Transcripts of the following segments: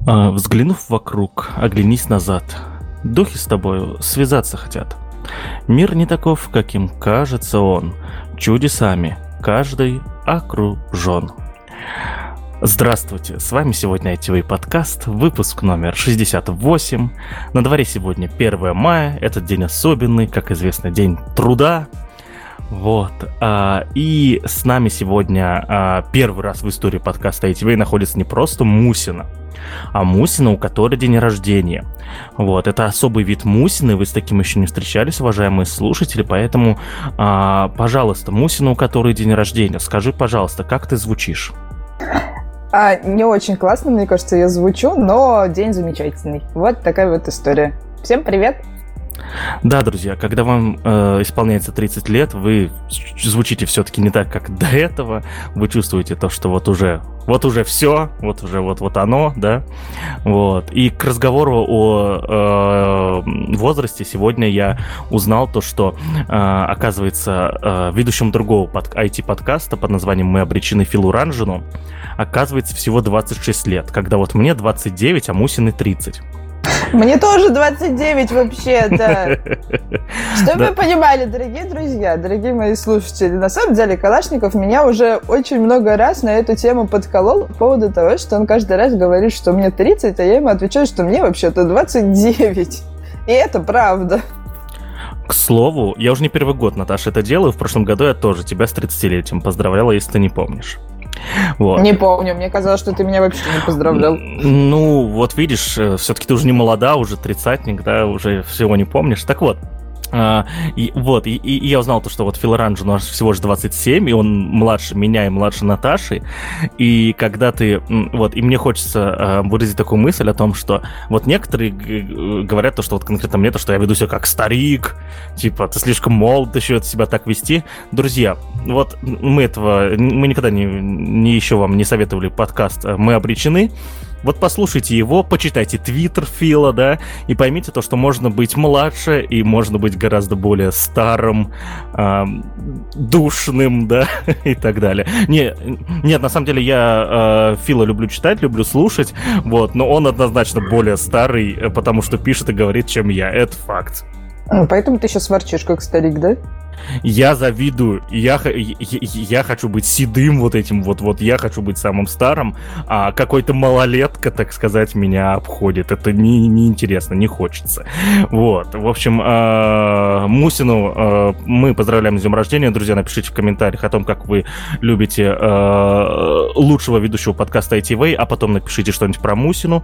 Взглянув вокруг, оглянись назад. Духи с тобою связаться хотят. Мир не таков, каким кажется он. Чудесами каждый окружен. Здравствуйте, с вами сегодня ITV подкаст, выпуск номер 68. На дворе сегодня 1 мая, этот день особенный, как известно, день труда. И с нами сегодня первый раз в истории подкаста ITV находится не просто Мусина, а Мусина, у которой день рождения. Это особый вид Мусины, вы с таким еще не встречались, уважаемые слушатели, поэтому, пожалуйста, Мусина, у которой день рождения, скажи, пожалуйста, как ты звучишь? Не очень классно, мне кажется, я звучу, но день замечательный. Вот такая вот история. Всем привет! Да, друзья, когда вам исполняется 30 лет, вы звучите все-таки не так, как до этого. Вы чувствуете то, что вот уже все, вот оно, да. И к разговору о возрасте сегодня я узнал то, что, оказывается, ведущим другого IT-подкаста под названием «Мы обречены» Филу Ранжину, оказывается, всего 26 лет, когда вот мне 29, а Мусины 30. Мне тоже 29 вообще-то. Чтобы вы понимали, дорогие друзья, дорогие мои слушатели, на самом деле Калашников меня уже очень много раз на эту тему подколол по поводу того, что он каждый раз говорит, что мне 30, а я ему отвечаю, что мне вообще-то 29. И это правда. К слову, я уже не первый год, Наташа, это делаю. В прошлом году я тоже тебя с 30-летием поздравляла, если ты не помнишь. Не помню, мне казалось, что ты меня вообще не поздравлял. Видишь, все-таки ты уже не молода, уже тридцатник, да, уже всего не помнишь. Так вот, и я узнал то, что Фил Ранжину всего же 27, и он младше меня и младше Наташи. И когда ты... и мне хочется выразить такую мысль о том, что некоторые говорят то, что конкретно мне, то, что я веду себя как старик, типа, ты слишком молод еще себя так вести. Друзья, мы никогда не еще вам не советовали подкаст «Мы обречены». Послушайте его, почитайте твиттер Фила, да, и поймите то, что можно быть младше и можно быть гораздо более старым, душным, да, и так далее. Нет, на самом деле я Фила люблю читать, люблю слушать, но он однозначно более старый, потому что пишет и говорит, чем я, это факт. Поэтому ты сейчас ворчишь, как старик, да? Я завидую, я хочу быть седым этим, я хочу быть самым старым, а какой-то малолетка, так сказать, меня обходит. Это неинтересно, не хочется. В общем, Мусину мы поздравляем с днем рождения. Друзья, напишите в комментариях о том, как вы любите лучшего ведущего подкаста ITV, а потом напишите что-нибудь про Мусину.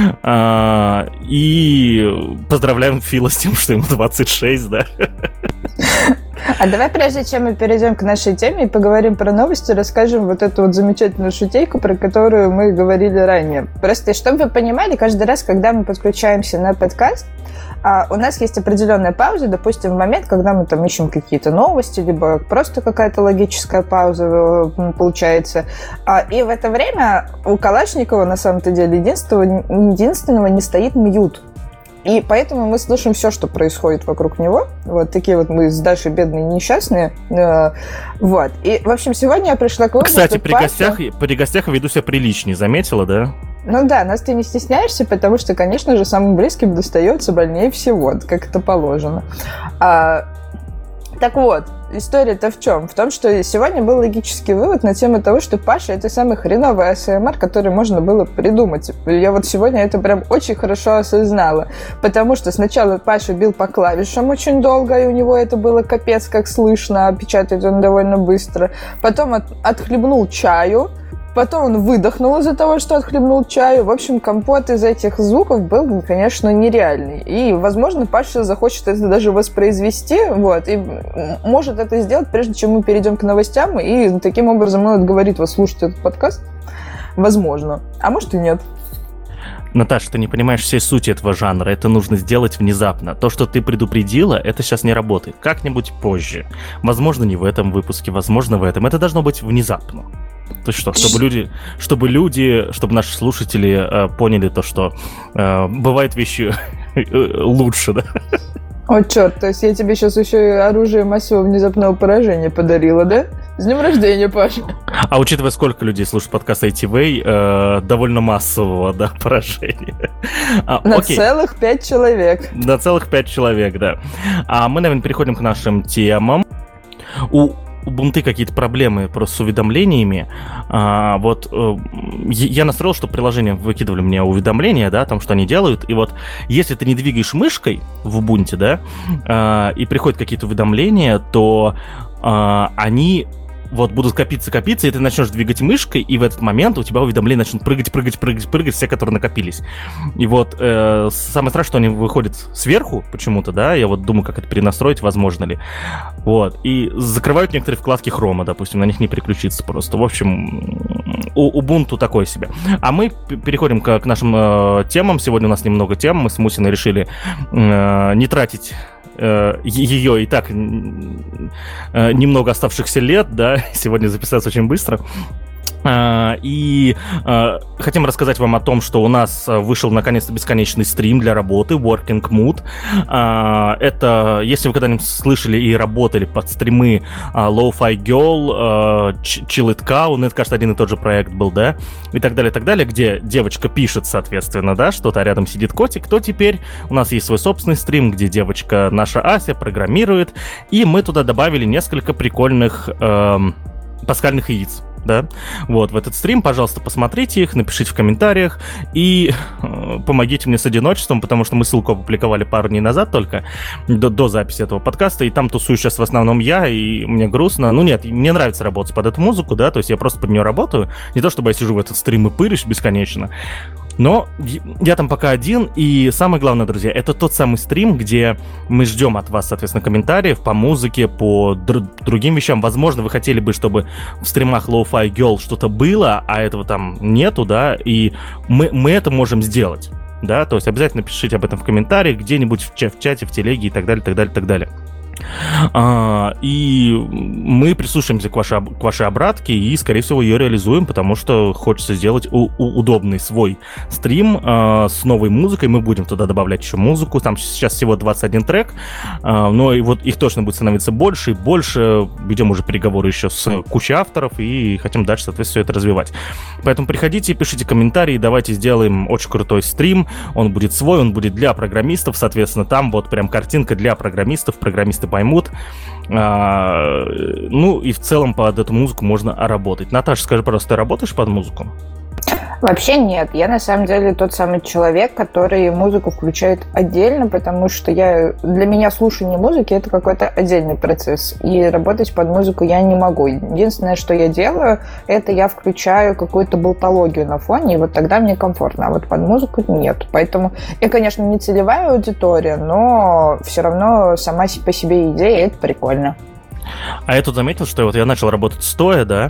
И поздравляем Фила с тем, что ему 26, да? А давай, прежде чем мы перейдем к нашей теме и поговорим про новости, расскажем эту замечательную шутейку, про которую мы говорили ранее. Просто, чтобы вы понимали, каждый раз, когда мы подключаемся на подкаст, у нас есть определенная пауза, допустим, в момент, когда мы там ищем какие-то новости, либо просто какая-то логическая пауза получается. И в это время у Калашникова, на самом-то деле, единственного не стоит мьют. И поэтому мы слышим все, что происходит вокруг него. Такие мы с Дашей бедные несчастные. И, в общем, сегодня я пришла к выводу, кстати, при гостях веду себя приличнее, заметила, да? Нас ты не стесняешься, потому что, конечно же, самым близким достается больнее всего, как это положено. Так вот, история-то в чем? В том, что сегодня был логический вывод на тему того, что Паша — это самый хреновый АСМР, который можно было придумать. Я сегодня это прям очень хорошо осознала. Потому что сначала Паша бил по клавишам очень долго, и у него это было капец как слышно, а печатает он довольно быстро. Потом отхлебнул чаю. Потом он выдохнул из-за того, что отхлебнул чаю. В общем, компот из этих звуков был, конечно, нереальный. И, возможно, Паша захочет это даже воспроизвести, и может это сделать, прежде чем мы перейдем к новостям, и таким образом он отговорит вас слушать этот подкаст. Возможно. А может и нет. Наташа, ты не понимаешь всей сути этого жанра, это нужно сделать внезапно. То, что ты предупредила, это сейчас не работает. Как-нибудь позже. Возможно, не в этом выпуске, возможно, в этом. Это должно быть внезапно. То есть что, чтобы наши слушатели поняли то, что бывают вещи лучше, да? О, черт, то есть я тебе сейчас еще и оружие массового внезапного поражения подарила, да? С днем рождения, Паша. А учитывая, сколько людей слушают подкаст ITV, довольно массового, да, поражения. На целых 5 человек. На целых 5 человек, да. А мы, наверное, переходим к нашим темам. У Бунты какие-то проблемы просто с уведомлениями. Я настроил, чтобы приложения выкидывали мне уведомления, да, о том, что они делают. И вот если ты не двигаешь мышкой в Ubuntu, да, и приходят какие-то уведомления, то они вот будут копиться, и ты начнешь двигать мышкой, и в этот момент у тебя уведомления начнут прыгать, все, которые накопились. И вот самое страшное, что они выходят сверху почему-то, да, я вот думаю, как это перенастроить, возможно ли. Вот, и закрывают некоторые вкладки Chrome, допустим, на них не переключиться просто. В общем, у Ubuntu такое себе. А мы переходим к нашим темам. Сегодня у нас немного тем. Мы с Мусиной решили не тратить ее и так немного оставшихся лет, да, сегодня записаться очень быстро. И хотим рассказать вам о том, что у нас вышел наконец-то бесконечный стрим для работы Working Mood. Это, если вы когда-нибудь слышали и работали под стримы Lo-Fi Girl, Chill It Cow, это, кажется, один и тот же проект был, да, и так далее, где девочка пишет, соответственно, да, что-то, а рядом сидит котик, то теперь у нас есть свой собственный стрим, где девочка, наша Ася, программирует, и мы туда добавили несколько прикольных пасхальных яиц. Да, вот, в этот стрим, пожалуйста, посмотрите их, напишите в комментариях и помогите мне с одиночеством, потому что мы ссылку опубликовали пару дней назад только, до записи этого подкаста, и там тусую сейчас в основном я, и мне грустно. Ну нет, мне нравится работать под эту музыку, да, то есть я просто под нее работаю, не то чтобы я сижу в этот стрим и пырюсь бесконечно, но я там пока один, и самое главное, друзья, это тот самый стрим, где мы ждем от вас, соответственно, комментариев по музыке, по другим вещам. Возможно, вы хотели бы, чтобы в стримах Lo-Fi Girl что-то было, а этого там нету, да, и мы это можем сделать, да, то есть обязательно пишите об этом в комментариях, где-нибудь в чате, в телеге и так далее. И мы прислушаемся к вашей обратке и, скорее всего, ее реализуем, потому что хочется сделать удобный свой стрим с новой музыкой. Мы будем туда добавлять еще музыку. Там сейчас всего 21 трек, но и вот их точно будет становиться больше и больше. Ведем уже переговоры еще с кучей авторов и хотим дальше, соответственно, все это развивать. Поэтому приходите, пишите комментарии, давайте сделаем очень крутой стрим. Он будет свой, он будет для программистов, соответственно, там вот прям картинка для программистов, программисты поймут. Ну и в целом под эту музыку можно работать. Наташа, скажи, пожалуйста, ты работаешь под музыку? Вообще нет. Я на самом деле тот самый человек, который музыку включает отдельно, потому что для меня слушание музыки — это какой-то отдельный процесс. И работать под музыку я не могу. Единственное, что я делаю, это я включаю какую-то болтологию на фоне, и вот тогда мне комфортно. А вот под музыку нет. Поэтому я, конечно, не целевая аудитория, но все равно сама по себе идея — это прикольно. А я тут заметил, что вот я начал работать стоя, да,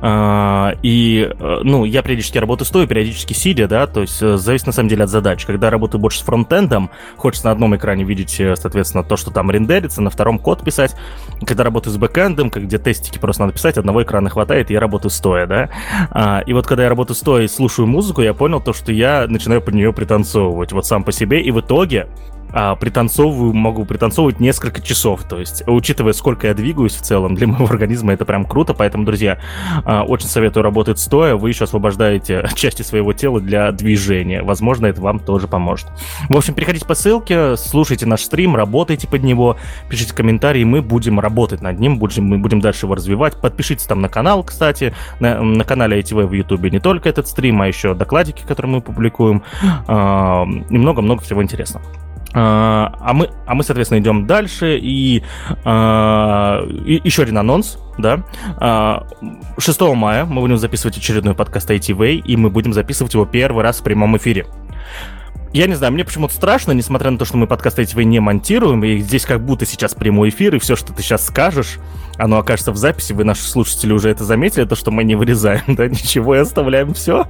ну, я периодически работаю стоя, периодически сидя, да, то есть зависит на самом деле от задач. Когда работаю больше с фронтендом, хочется на одном экране видеть, соответственно, то, что там рендерится, на втором код писать. Когда работаю с бэкэндом, где тестики просто надо писать, одного экрана хватает, и я работаю стоя, да. И вот когда я работаю стоя и слушаю музыку, я понял то, что я начинаю под нее пританцовывать, вот сам по себе, и в итоге могу пританцовывать несколько часов, то есть, учитывая, сколько я двигаюсь в целом, для моего организма это прям круто, поэтому, друзья, очень советую работать стоя, вы еще освобождаете части своего тела для движения, возможно, это вам тоже поможет. В общем, переходите по ссылке, слушайте наш стрим, работайте под него, пишите комментарии, мы будем работать над ним, мы будем дальше его развивать, подпишитесь там на канал, кстати, на канале ITV в Ютубе не только этот стрим, а еще докладики, которые мы публикуем, и много-много всего интересного. А мы, соответственно, идем дальше, и еще один анонс, да. 6 мая мы будем записывать очередной подкаст ITV, и мы будем записывать его первый раз в прямом эфире. Я не знаю, мне почему-то страшно, несмотря на то, что мы подкаст ITV не монтируем, и здесь как будто сейчас прямой эфир, и все, что ты сейчас скажешь, оно окажется в записи, вы, наши слушатели, уже это заметили, то, что мы не вырезаем, да, ничего, и оставляем все.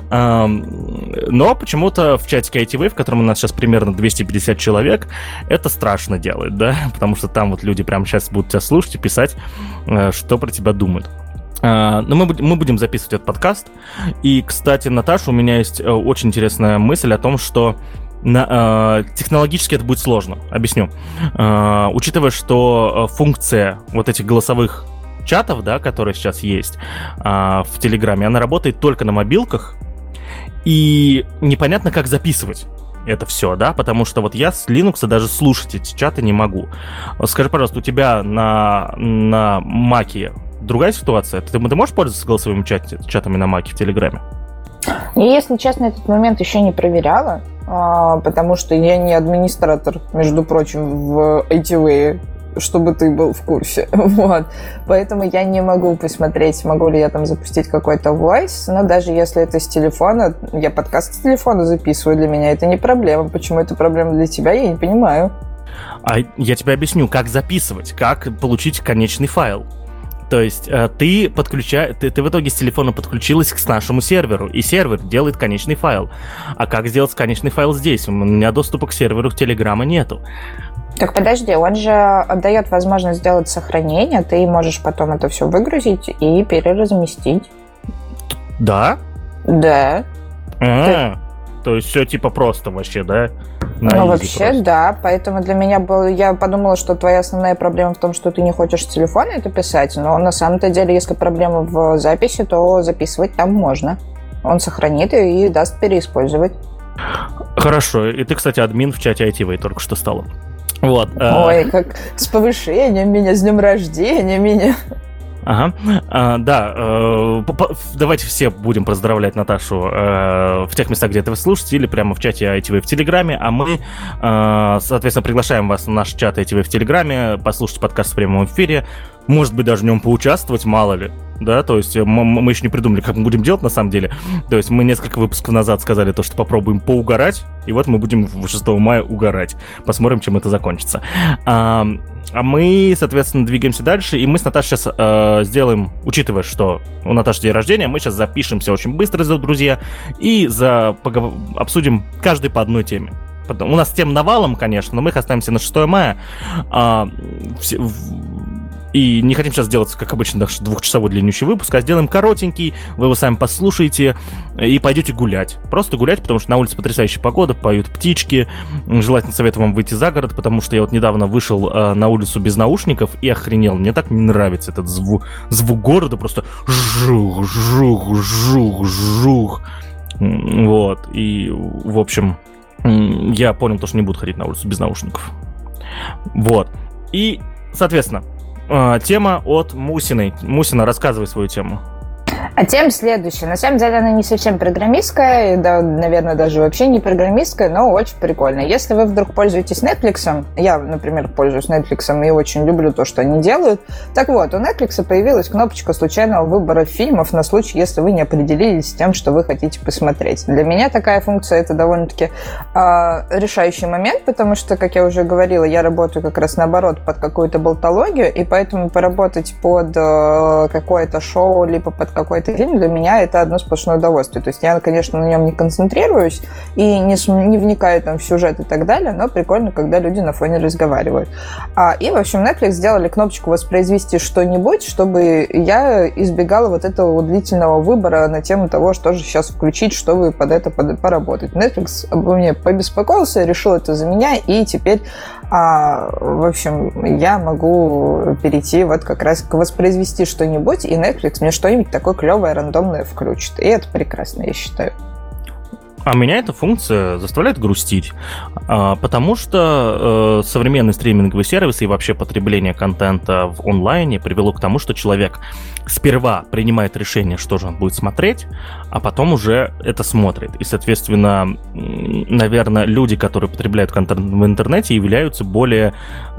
Но почему-то в чатике ITV, в котором у нас сейчас примерно 250 человек, это страшно делает, да, потому что там вот люди прямо сейчас будут тебя слушать и писать, что про тебя думают. Но мы будем записывать этот подкаст. И, кстати, Наташа, у меня есть очень интересная мысль о том, что технологически это будет сложно. Объясню. Учитывая, что функция вот этих голосовых чатов, да, которые сейчас есть в Телеграме, она работает только на мобилках, и непонятно, как записывать это все, да, потому что вот я с Linux даже слушать эти чаты не могу. Скажи, пожалуйста, у тебя на Mac'е другая ситуация? Ты можешь пользоваться голосовыми чатами на Mac'е в Телеграме? Я, если честно, этот момент еще не проверяла, потому что я не администратор, между прочим, в ITV, чтобы ты был в курсе. Вот. Поэтому я не могу посмотреть, могу ли я там запустить какой-то voice, но даже если это с телефона, я подкаст с телефона записываю, для меня это не проблема. Почему это проблема для тебя, я не понимаю. А я тебе объясню, как записывать, как получить конечный файл. То есть ты в итоге с телефона подключилась к нашему серверу, и сервер делает конечный файл. А как сделать конечный файл здесь? У меня доступа к серверу Телеграма нету. Так подожди, он же отдает возможность сделать сохранение, ты можешь потом это все выгрузить и переразместить. Да? Да. То есть все типа просто вообще, да? Ну, вообще, просто. Да. Поэтому для меня было... Я подумала, что твоя основная проблема в том, что ты не хочешь с телефона это писать, но на самом-то деле, если проблема в записи, то записывать там можно. Он сохранит и даст переиспользовать. Хорошо. И ты, кстати, админ в чате ITV только что стала. Вот. Ой, как с повышением меня, с днем рождения меня. Ага, да, давайте все будем поздравлять Наташу в тех местах, где это вы слушаете, или прямо в чате ITV в Телеграме, а мы, соответственно, приглашаем вас в наш чат ITV в Телеграме, послушать подкаст в прямом эфире, может быть, даже в нем поучаствовать, мало ли, да, то есть мы еще не придумали, как мы будем делать на самом деле, то есть мы несколько выпусков назад сказали то, что попробуем поугарать, и вот мы будем 6 мая угорать, посмотрим, чем это закончится. А мы, соответственно, двигаемся дальше, и мы с Наташей сейчас сделаем, учитывая, что у Наташи день рождения, мы сейчас запишемся очень быстро, друзья, и обсудим каждый по одной теме. У нас тем навалом, конечно, но мы их оставимся на 6 мая. И не хотим сейчас делать, как обычно, наш 2-часовой длиннющий выпуск, а сделаем коротенький, вы его сами послушаете и пойдете гулять. Просто гулять, потому что на улице потрясающая погода, поют птички. Желательно советую вам выйти за город, потому что я вот недавно вышел на улицу без наушников и охренел. Мне так не нравится этот звук города, просто жух, жух, жух, жух. Вот, и, в общем, я понял, что не буду ходить на улицу без наушников. Вот, и, соответственно, тема от Мусиной. Мусина, рассказывай свою тему. А тема следующая. На самом деле она не совсем программистская, да, наверное, даже вообще не программистская, но очень прикольная. Если вы вдруг пользуетесь Netflix, я, например, пользуюсь Netflix и очень люблю то, что они делают. Так вот, у Netflix появилась кнопочка случайного выбора фильмов на случай, если вы не определились с тем, что вы хотите посмотреть. Для меня такая функция — это довольно-таки решающий момент, потому что, как я уже говорила, я работаю как раз наоборот под какую-то болтологию, и поэтому поработать под какое-то шоу, либо под какой-то фильм, для меня это одно сплошное удовольствие. То есть я, конечно, на нем не концентрируюсь и не вникаю там в сюжет и так далее, но прикольно, когда люди на фоне разговаривают. И, в общем, Netflix сделали кнопочку «Воспроизвести что-нибудь», чтобы я избегала вот этого длительного выбора на тему того, что же сейчас включить, чтобы под это поработать. Netflix обо мне побеспокоился, решил это за меня, и теперь в общем, я могу перейти вот как раз к «Воспроизвести что-нибудь», и Netflix мне что-нибудь такое клевое, рандомное включит. И это прекрасно, я считаю. А меня эта функция заставляет грустить, потому что современные стриминговые сервисы и вообще потребление контента в онлайне привело к тому, что человек сперва принимает решение, что же он будет смотреть, а потом уже это смотрит. И, соответственно, наверное, люди, которые потребляют контент в интернете, являются более,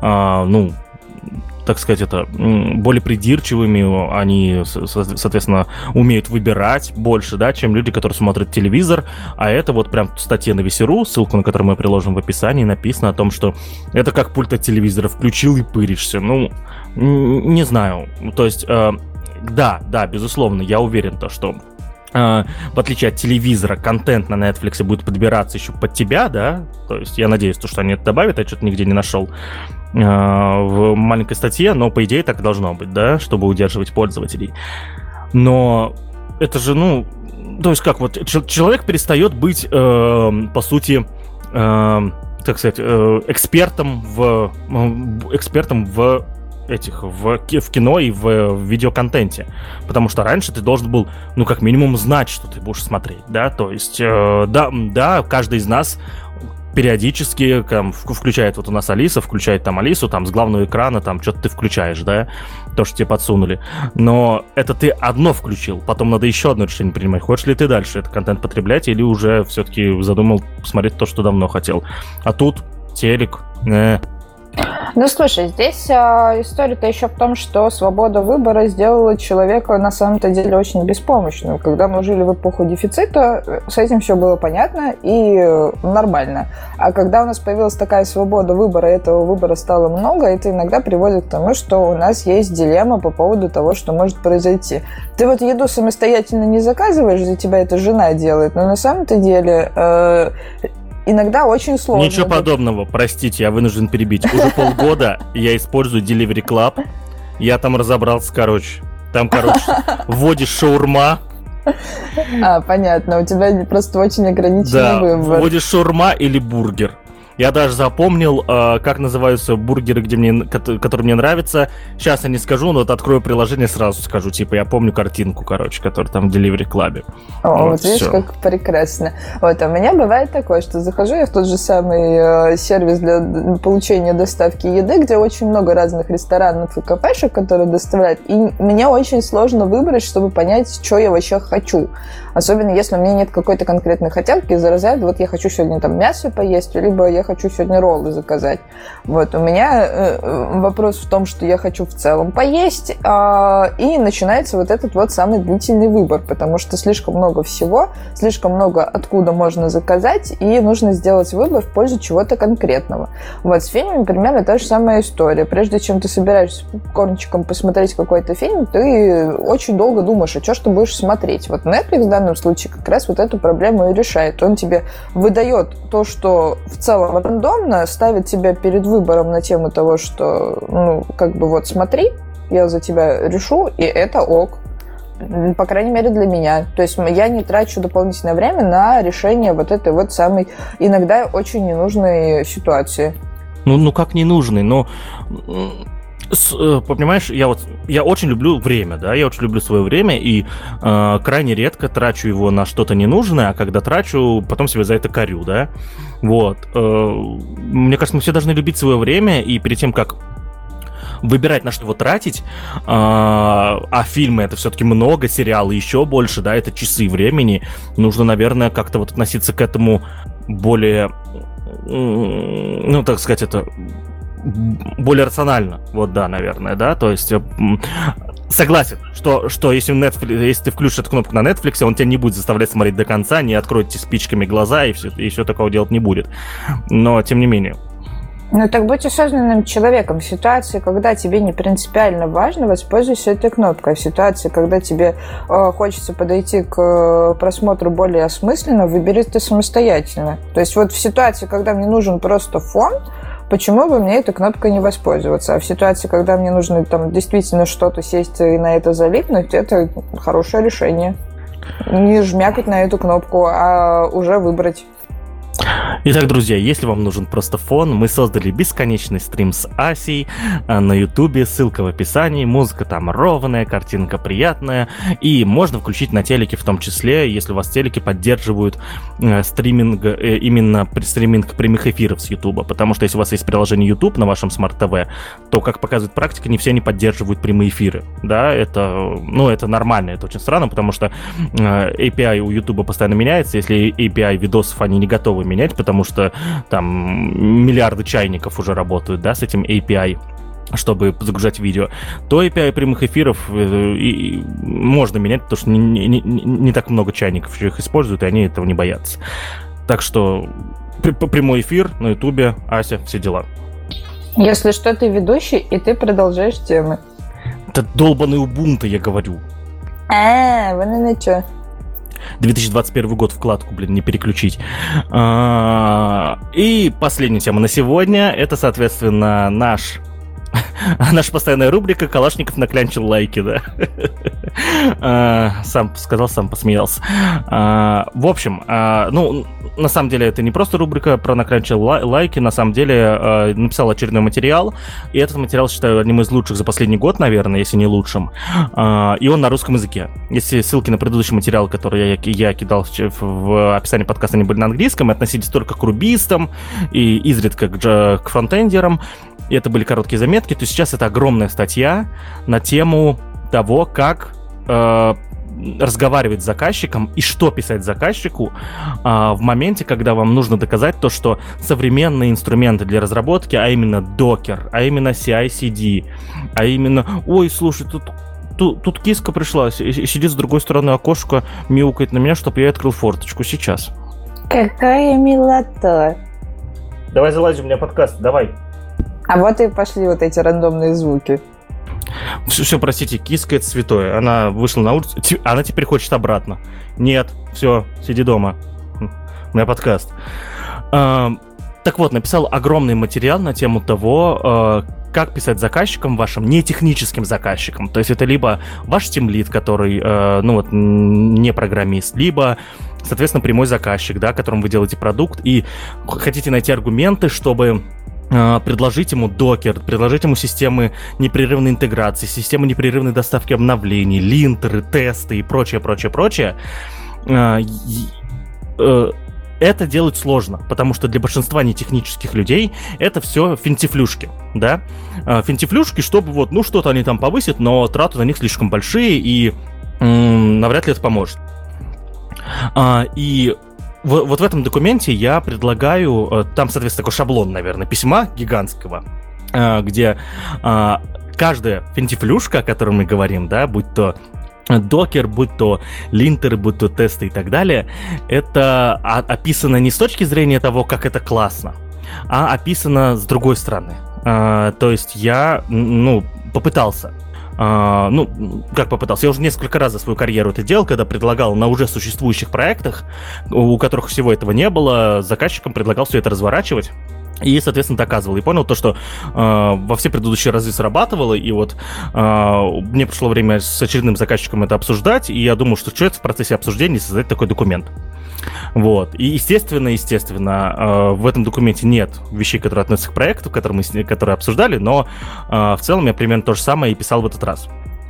так сказать, более придирчивыми, они, соответственно, умеют выбирать больше, да, чем люди, которые смотрят телевизор, а это вот прям в статье на Весеру, ссылку на которую мы приложим в описании, написано о том, что это как пульт от телевизора, включил и пыришься, не знаю, то есть, да, безусловно, я уверен, что в отличие от телевизора, контент на Netflix будет подбираться еще под тебя, да, то есть я надеюсь, что они это добавят, я что-то нигде не нашел в маленькой статье, но по идее так должно быть, да, чтобы удерживать пользователей. Но это же, то есть как вот человек перестает быть, по сути, так сказать, экспертом в в кино и в видеоконтенте. Потому что раньше ты должен был, ну, как минимум, знать, что ты будешь смотреть, да, то есть, да, каждый из нас периодически там, включает, вот у нас Алиса, включает там Алису, там с главного экрана, там что-то ты включаешь, да, то, что тебе подсунули. Но это ты одно включил, потом надо еще одно решение принимать. Хочешь ли ты дальше этот контент потреблять или уже все-таки задумал посмотреть то, что давно хотел. А тут телек, Ну, слушай, здесь история-то еще в том, что свобода выбора сделала человека на самом-то деле очень беспомощным. Когда мы жили в эпоху дефицита, с этим все было понятно и нормально. А когда у нас появилась такая свобода выбора, этого выбора стало много, это иногда приводит к тому, что у нас есть дилемма по поводу того, что может произойти. Ты вот еду самостоятельно не заказываешь, за тебя это жена делает, но на самом-то деле... иногда очень сложно. Ничего подобного, простите, я вынужден перебить. Уже полгода я использую Delivery Club. Я там разобрался, короче. Там, вводишь шаурма. Понятно, у тебя просто очень ограниченный выбор. Да, вводишь шаурма или бургер. Я даже запомнил, как называются бургеры, которые мне нравятся. Сейчас я не скажу, но вот открою приложение, сразу скажу. Типа, я помню картинку, короче, которая там в Delivery Club. Вот видишь, как прекрасно. Вот, а у меня бывает такое, что захожу я в тот же самый сервис для получения доставки еды, где очень много разных ресторанов и кафешек, которые доставляют. И мне очень сложно выбрать, чтобы понять, что я вообще хочу. Особенно, если у меня нет какой-то конкретной хотелки из разряда, вот я хочу сегодня там мясо поесть, либо я хочу сегодня роллы заказать. Вот, у меня вопрос в том, что я хочу в целом поесть, и начинается вот этот вот самый длительный выбор, потому что слишком много всего, слишком много откуда можно заказать, и нужно сделать выбор в пользу чего-то конкретного. Вот, с фильмами примерно та же самая история. Прежде чем ты собираешься попкорнчиком посмотреть какой-то фильм, ты очень долго думаешь, а что ж ты будешь смотреть. Вот Netflix в данном случае как раз вот эту проблему и решает. Он тебе выдает то, что в целом рандомно, ставит тебя перед выбором на тему того, что, ну, как бы вот смотри, я за тебя решу, и это ок. По крайней мере, для меня. То есть я не трачу дополнительное время на решение вот этой вот самой, иногда очень ненужной ситуации. Ну как ненужной? Но... Понимаешь, я очень люблю время, да, я очень люблю свое время и крайне редко трачу его на что-то ненужное, а когда трачу, потом себя за это корю, да. Вот. Мне кажется, мы все должны любить свое время, и перед тем, как выбирать, на что его тратить, а фильмы это все-таки много, сериалы еще больше, да, это часы времени, нужно, наверное, как-то вот относиться к этому более, ну, так сказать, это... более рационально, вот да, наверное, да, то есть согласен, что если ты включишь эту кнопку на Netflix, он тебя не будет заставлять смотреть до конца, не откроет тебе спичками глаза и все такого делать не будет, но тем не менее. Ну так будь осознанным человеком. В ситуации, когда тебе не принципиально важно, воспользуйся этой кнопкой. В ситуации, когда тебе хочется подойти к просмотру более осмысленно, выбери ты самостоятельно. То есть вот в ситуации, когда мне нужен просто фон, почему бы мне этой кнопкой не воспользоваться? А в ситуации, когда мне нужно там действительно что-то сесть и на это залипнуть, это хорошее решение. Не жмякать на эту кнопку, а уже выбрать. Итак, друзья, если вам нужен просто фон, мы создали бесконечный стрим с Асей на Ютубе, ссылка в описании, музыка там ровная, картинка приятная, и можно включить на телеке в том числе, если у вас телеки поддерживают стриминг, именно стриминг прямых эфиров с Ютуба, потому что если у вас есть приложение YouTube на вашем смарт-ТВ, то, как показывает практика, не все они поддерживают прямые эфиры, да, это нормально, это очень странно, потому что API у Ютуба постоянно меняется, если API видосов они не готовы менять, потому что там миллиарды чайников уже работают, да, с этим API, чтобы загружать видео, то API прямых эфиров можно менять, потому что не так много чайников их используют, и они этого не боятся. Так что прямой эфир на Ютубе, Ася, все дела. Если что, ты ведущий, и ты продолжаешь темы. Это долбаный Ubuntu, я говорю. Вон оно что. 2021 год, вкладку, не переключить. И последняя тема на сегодня, это, соответственно, наш Наша постоянная рубрика «Калашников наклянчил лайки», да? Сам сказал, сам посмеялся. В общем, ну, на самом деле, это не просто рубрика про наклянчил лайки, на самом деле, написал очередной материал, и этот материал считаю одним из лучших за последний год, наверное, если не лучшим, и он на русском языке. Если ссылки на предыдущий материал, который я кидал в описании подкаста, они были на английском, и относились только к рубистам и изредка к фронтендерам, и это были короткие заметки, то сейчас это огромная статья на тему того, как разговаривать с заказчиком и что писать заказчику в моменте, когда вам нужно доказать то, что современные инструменты для разработки, а именно Docker, а именно CI/CD, а именно, ой, слушай, тут киска пришла, сидит с другой стороны окошка, мяукает на меня, чтобы я открыл форточку сейчас. Какая милота. Давай залазь, у меня подкаст, давай. А вот и пошли вот эти рандомные звуки. Все, простите, киска — это святое. Она вышла на улицу, она теперь хочет обратно. Нет, все, сиди дома. У меня подкаст. Так вот, написал огромный материал на тему того, как писать заказчикам вашим, не техническим заказчикам. То есть это либо ваш тимлид, который, не программист, либо, соответственно, прямой заказчик, да, которому вы делаете продукт, и хотите найти аргументы, чтобы предложить ему докер, предложить ему системы непрерывной интеграции, системы непрерывной доставки обновлений, линтеры, тесты и прочее. Это делать сложно, потому что для большинства нетехнических людей это все финтифлюшки, да? Финтифлюшки, чтобы что-то они там повысят, но траты на них слишком большие, и навряд ли это поможет. И вот в этом документе я предлагаю, там, соответственно, такой шаблон, наверное, письма гигантского, где каждая финтифлюшка, о которой мы говорим, да, будь то докер, будь то линтеры, будь то тесты и так далее, это описано не с точки зрения того, как это классно, а описано с другой стороны. То есть я, попытался. Как попытался? Я уже несколько раз за свою карьеру это делал, когда предлагал на уже существующих проектах, у которых всего этого не было, заказчикам предлагал все это разворачивать. И, соответственно, доказывал. И понял то, что во все предыдущие разы срабатывало. И мне пришло время с очередным заказчиком это обсуждать. И я думал, что это в процессе обсуждения создать такой документ. Вот. И, естественно, в этом документе нет вещей, которые относятся к проекту, которые обсуждали, но в целом я примерно то же самое и писал в этот раз.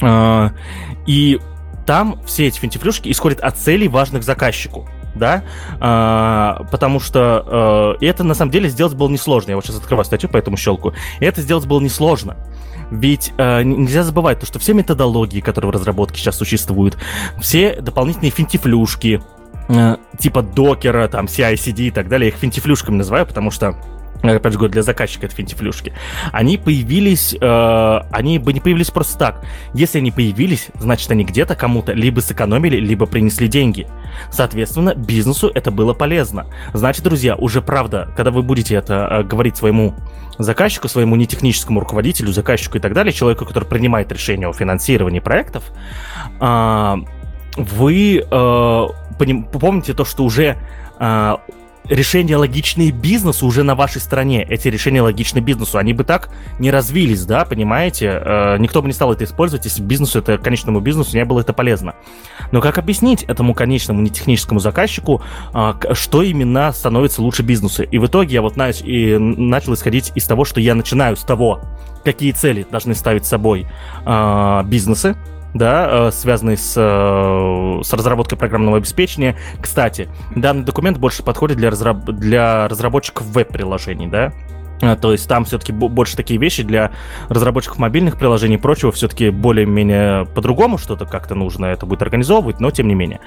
И там все эти финтифлюшки исходят от целей, важных заказчику. Да, потому что это на самом деле сделать было несложно. Я вот сейчас открываю статью, поэтому щелкаю. И это сделать было несложно. Ведь нельзя забывать то, что все методологии, которые в разработке сейчас существуют, все дополнительные финтифлюшки, типа докера, там, CI/CD и так далее, я их финтифлюшками называю, потому что, опять же говорю, для заказчика это финтифлюшки. Они бы не появились просто так. Если они появились, значит, они где-то кому-то либо сэкономили, либо принесли деньги. Соответственно, бизнесу это было полезно. Значит, друзья, уже правда, когда вы будете это говорить своему заказчику, своему нетехническому руководителю, заказчику и так далее, человеку, который принимает решение о финансировании проектов, вы помните то, что уже решения логичные бизнесу уже на вашей стороне. Эти решения логичны бизнесу. Они бы так не развились, да, понимаете? Никто бы не стал это использовать, если бизнесу, конечному бизнесу не было это полезно. Но как объяснить этому конечному нетехническому заказчику, что именно становится лучше бизнесу? И в итоге я начал исходить из того, что я начинаю с того, какие цели должны ставить собой бизнесы, да, связанный с разработкой программного обеспечения. Кстати, данный документ больше подходит для разработчиков веб-приложений, да. То есть там все-таки больше такие вещи для разработчиков мобильных приложений и прочего, все-таки более-менее по-другому что-то как-то нужно это будет организовывать, но тем не менее.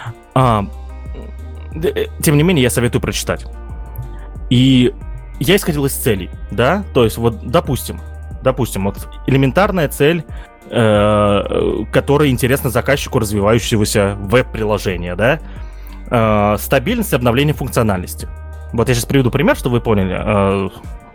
Тем не менее, я советую прочитать. И я исходил из целей, да, то есть допустим, вот элементарная цель, которая интересна заказчику развивающегося веб-приложения, да, стабильность и обновление функциональности. Вот я сейчас приведу пример, чтобы вы поняли,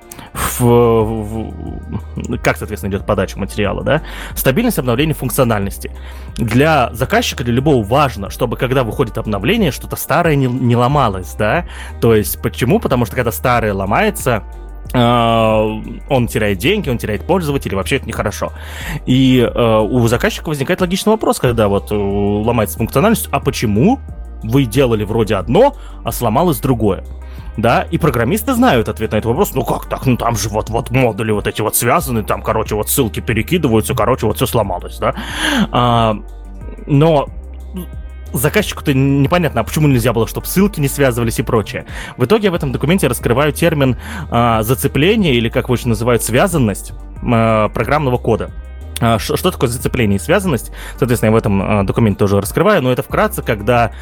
как, соответственно, идет подача материала, да. Стабильность обновления функциональности. Для заказчика, для любого важно, чтобы, когда выходит обновление, что-то старое не ломалось, да. То есть, почему? Потому что, когда старое ломается, он теряет деньги, он теряет пользователей, вообще это нехорошо. И у заказчика возникает логичный вопрос, когда вот ломается функциональность, а почему вы делали вроде одно, а сломалось другое? Да, и программисты знают ответ на этот вопрос. Ну как так? Ну там же вот модули вот эти вот связаны, там, короче, вот ссылки перекидываются, короче, вот все сломалось, да. Но заказчику-то непонятно, а почему нельзя было, чтобы ссылки не связывались и прочее. В итоге я в этом документе раскрываю термин зацепление, или, как его еще называют, связанность программного кода. Что такое зацепление и связанность? Соответственно, я в этом документе тоже раскрываю, но это вкратце, когда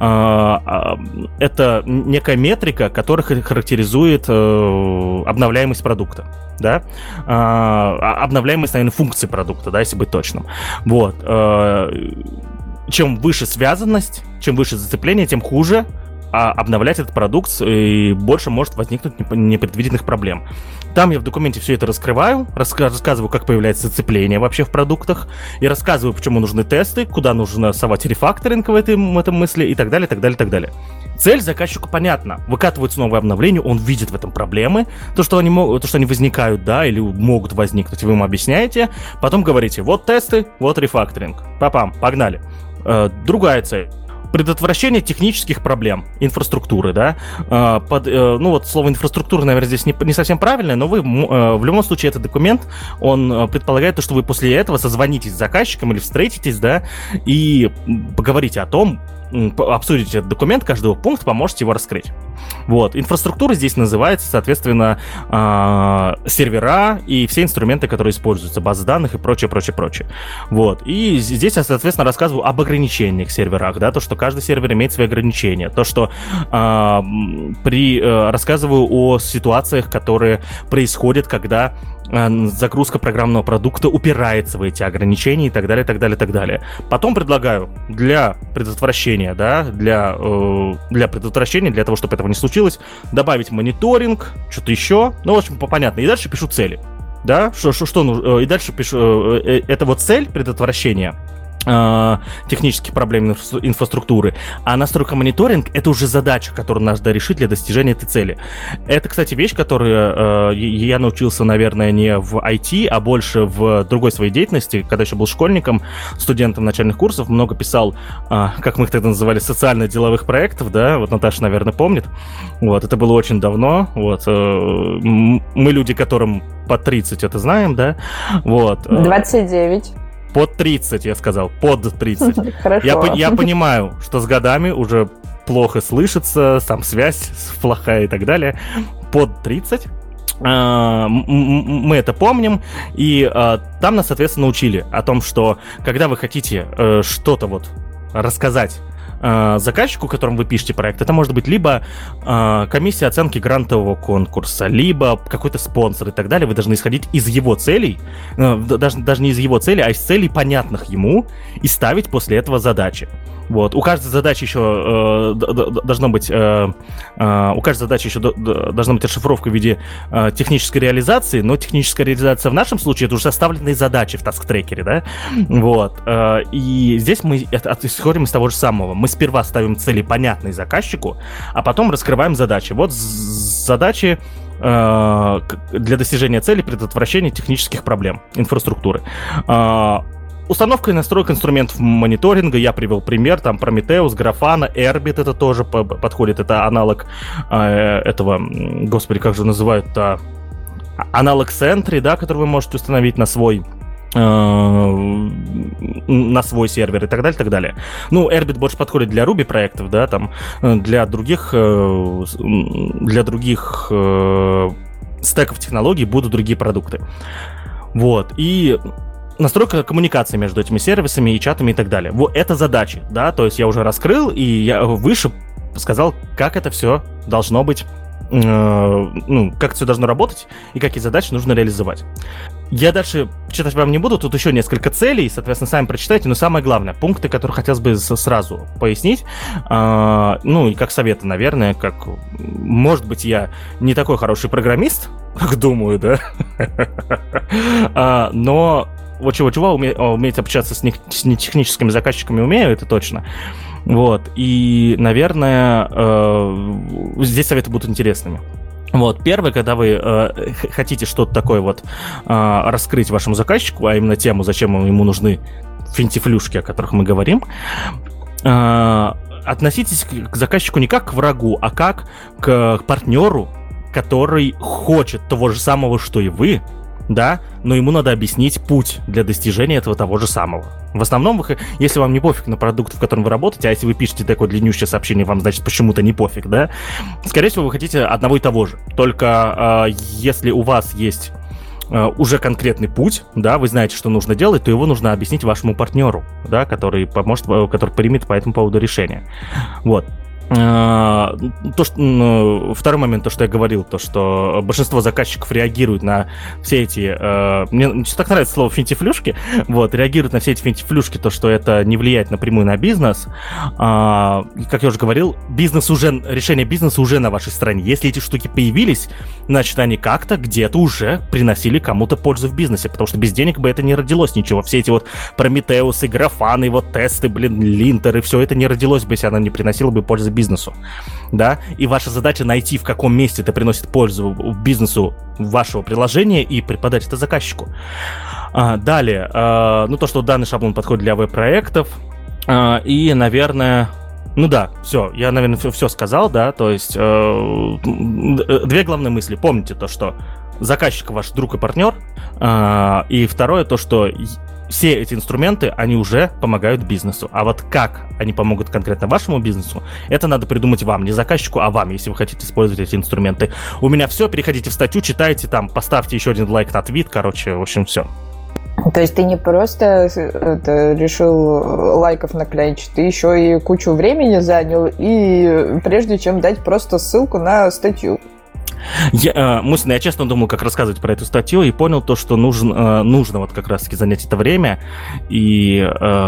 это некая метрика, которая характеризует обновляемость продукта, да? Обновляемость, наверное, функции продукта, да, если быть точным. Вот. Чем выше связанность, чем выше зацепление, тем хуже обновлять этот продукт, и больше может возникнуть непредвиденных проблем. Там я в документе все это раскрываю, рассказываю, как появляется зацепление вообще в продуктах, и рассказываю, почему нужны тесты, куда нужно совать рефакторинг в этом мысли, и так далее, так далее, так далее. Цель заказчику понятна. Выкатываются новые обновления, он видит в этом проблемы, то, что они возникают, да, или могут возникнуть, вы ему объясняете, потом говорите, вот тесты, вот рефакторинг. Папам, погнали. Другая цель. Предотвращение технических проблем инфраструктуры, да. Ну вот слово инфраструктура, наверное, здесь не совсем правильное, но вы в любом случае этот документ, он предполагает то, что вы после этого созвонитесь с заказчиком или встретитесь, да, и поговорите о том, обсудите этот документ, каждого пункта, поможете его раскрыть. Вот. Инфраструктура здесь называется, соответственно, сервера и все инструменты, которые используются, базы данных и прочее. Вот. И здесь я, соответственно, рассказываю об ограничениях в серверах, да, то, что каждый сервер имеет свои ограничения, то, что рассказываю о ситуациях, которые происходят, когда загрузка программного продукта упирается в эти ограничения и так далее, так далее, так далее. Потом предлагаю для предотвращения, да, для предотвращения, для того, чтобы этого не случилось, добавить мониторинг, что-то еще, ну, в общем, понятно. И дальше пишу цели, да, и дальше пишу, это вот цель предотвращения технических проблем инфраструктуры, а настройка мониторинг — это уже задача, которую надо решить для достижения этой цели. Это, кстати, вещь, которую я научился, наверное, не в IT, а больше в другой своей деятельности, когда еще был школьником, студентом начальных курсов, много писал, как мы их тогда называли, социально-деловых проектов, да, вот Наташа, наверное, помнит. Вот, это было очень давно, вот. Мы люди, которым по 30, это знаем, да, вот. 29. Под 30, я сказал, под 30. Хорошо. Я понимаю, что с годами уже плохо слышится, сам связь плохая и так далее. Под 30. Мы это помним, и там нас, соответственно, учили о том, что когда вы хотите что-то вот рассказать заказчику, которому вы пишете проект, это может быть либо комиссия оценки грантового конкурса, либо какой-то спонсор и так далее. Вы должны исходить из его целей, даже не из его целей, а из целей, понятных ему, и ставить после этого задачи. Вот. У каждой задачи еще должна быть расшифровка в виде технической реализации, но техническая реализация в нашем случае это уже составленные задачи в таск-трекере, да? Вот. И здесь мы исходим из того же самого. Мы сперва ставим цели, понятные заказчику, а потом раскрываем задачи. Вот задачи для достижения цели предотвращения технических проблем инфраструктуры. Установка и настройка инструментов мониторинга, я привел пример, там Prometheus, Grafana, Erbit это тоже подходит, это аналог этого, господи, как же называют-то, аналог Sentry, да, который вы можете установить на свой сервер и так далее, так далее. Ну, Erbit больше подходит для Ruby проектов, да, там, для других стеков технологий будут другие продукты. Вот, и настройка коммуникации между этими сервисами и чатами и так далее. Вот это задачи, да, то есть я уже раскрыл, и я выше сказал, как это все должно быть, как это все должно работать, и какие задачи нужно реализовать. Я дальше читать вам не буду, тут еще несколько целей, соответственно, сами прочитайте, но самое главное, пункты, которые хотелось бы сразу пояснить, и как советы, наверное, как, может быть, я не такой хороший программист, как думаю, да, но вот чего уметь общаться с техническими заказчиками умею, это точно. Вот, и, наверное, здесь советы будут интересными. Вот, первое, когда вы хотите что-то такое вот раскрыть вашему заказчику, а именно тему, зачем ему нужны финтифлюшки, о которых мы говорим, относитесь к заказчику не как к врагу, а как к партнеру, который хочет того же самого, что и вы, да, но ему надо объяснить путь для достижения этого того же самого. В основном, если вам не пофиг на продукт, в котором вы работаете, а если вы пишете такое длиннющее сообщение, вам, значит, почему-то не пофиг, да, скорее всего, вы хотите одного и того же. Только если у вас есть уже конкретный путь, да, вы знаете, что нужно делать, то его нужно объяснить вашему партнеру, да, который поможет, который примет по этому поводу решение. Вот. Второй момент, то, что я говорил, то, что большинство заказчиков реагируют на все эти... мне так нравится слово финтифлюшки, вот, реагируют на все эти финтифлюшки, то, что это не влияет напрямую на бизнес. Как я уже говорил, решение бизнеса уже на вашей стороне. Если эти штуки появились, значит, они как-то где-то уже приносили кому-то пользу в бизнесе, потому что без денег бы это не родилось ничего. Все эти вот Прометеусы, Графаны, вот тесты, линтеры, все это не родилось бы, если оно не приносило бы пользу бизнесу, да, и ваша задача найти, в каком месте это приносит пользу бизнесу вашего приложения и преподать это заказчику. Далее, то, что данный шаблон подходит для веб-проектов, и, наверное, все, я, наверное, все сказал, да, то есть две главные мысли. Помните то, что заказчик ваш друг и партнер, и второе, то, что все эти инструменты, они уже помогают бизнесу. А вот как они помогут конкретно вашему бизнесу, это надо придумать вам, не заказчику, а вам, если вы хотите использовать эти инструменты. У меня все, переходите в статью, читайте там, поставьте еще один лайк на твит, короче, в общем, все. То есть ты не просто решил лайков наклеить, ты еще и кучу времени занял, и прежде чем дать просто ссылку на статью. Я честно думал, как рассказывать про эту статью, и понял то, что нужно вот как раз-таки занять это время, и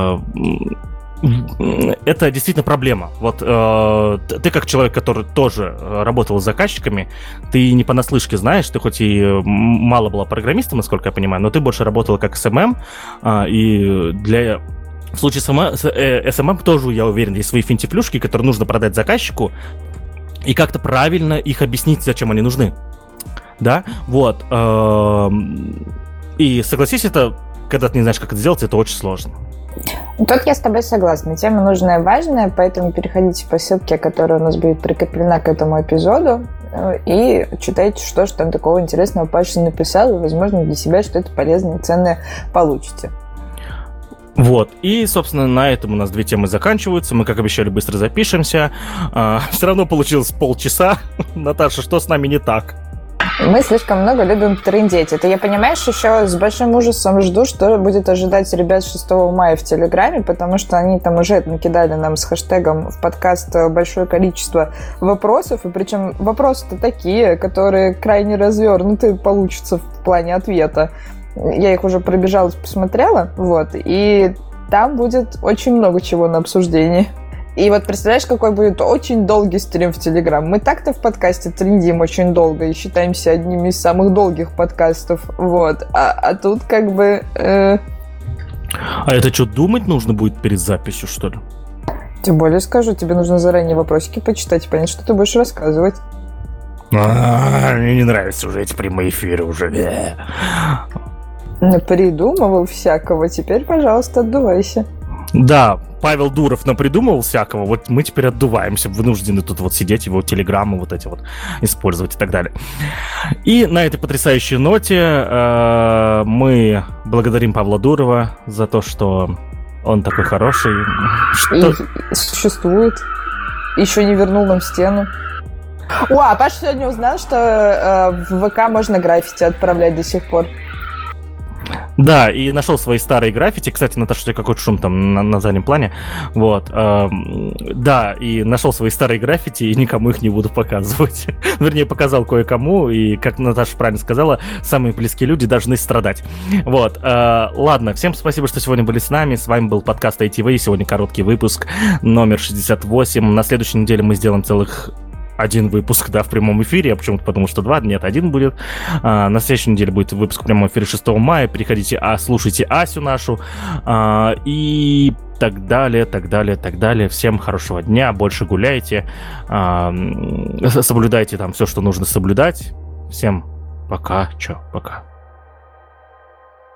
это действительно проблема. Вот ты как человек, который тоже работал с заказчиками, ты не понаслышке знаешь, ты хоть и мало была программистом, насколько я понимаю, но ты больше работала как SMM, и в случае с SMM тоже, я уверен, есть свои финтифлюшки, которые нужно продать заказчику, и как-то правильно их объяснить, зачем они нужны. Да, вот. И согласись, это, когда ты не знаешь, как это сделать, это очень сложно. Тут я с тобой согласна. Тема нужная и важная, поэтому переходите по ссылке, которая у нас будет прикреплена к этому эпизоду, и читайте, что же там такого интересного Паша написал, и, возможно, для себя что-то полезное и ценное получите. Вот, и, собственно, на этом у нас две темы заканчиваются. Мы, как обещали, быстро запишемся. Все равно получилось полчаса. Наташа, что с нами не так? Мы слишком много любим трындеть. Это я, понимаешь, еще с большим ужасом жду, что будет ожидать ребят 6 мая в Телеграме, потому что они там уже накидали нам с хэштегом в подкаст большое количество вопросов, и причем вопросы-то такие, которые крайне развернуты получатся в плане ответа. Я их уже пробежалась, посмотрела, вот, и там будет очень много чего на обсуждении. И вот представляешь, какой будет очень долгий стрим в Телеграм. Мы так-то в подкасте трендим очень долго и считаемся одними из самых долгих подкастов, вот. А тут как бы... А это что, думать нужно будет перед записью, что ли? Тем более скажу, тебе нужно заранее вопросики почитать и понять, что ты будешь рассказывать. Мне не нравятся уже эти прямые эфиры уже. Придумывал всякого, теперь, пожалуйста, отдувайся. Да, Павел Дуров напридумывал всякого, вот мы теперь отдуваемся, вынуждены тут вот сидеть, его телеграммы вот эти вот использовать и так далее. И на этой потрясающей ноте мы благодарим Павла Дурова за то, что он такой хороший. И существует. Еще не вернул нам стену. А Паша сегодня узнал, что в ВК можно граффити отправлять до сих пор. Да, и нашел свои старые граффити. Кстати, Наташа, у тебя какой-то шум там на заднем плане. Вот. Да, и нашел свои старые граффити, и никому их не буду показывать. Вернее, показал кое-кому, и, как Наташа правильно сказала, самые близкие люди должны страдать. Вот. Ладно, всем спасибо, что сегодня были с нами. С вами был подкаст ITV. Сегодня короткий выпуск, номер 68. На следующей неделе мы сделаем целых один выпуск, да, в прямом эфире. Я почему-то подумал, что 2, нет, 1 будет. На следующей неделе будет выпуск в прямом эфире 6 мая. Переходите, слушайте Асю нашу. И так далее, так далее, так далее. Всем хорошего дня, больше гуляйте, соблюдайте там все, что нужно соблюдать. Всем пока, пока.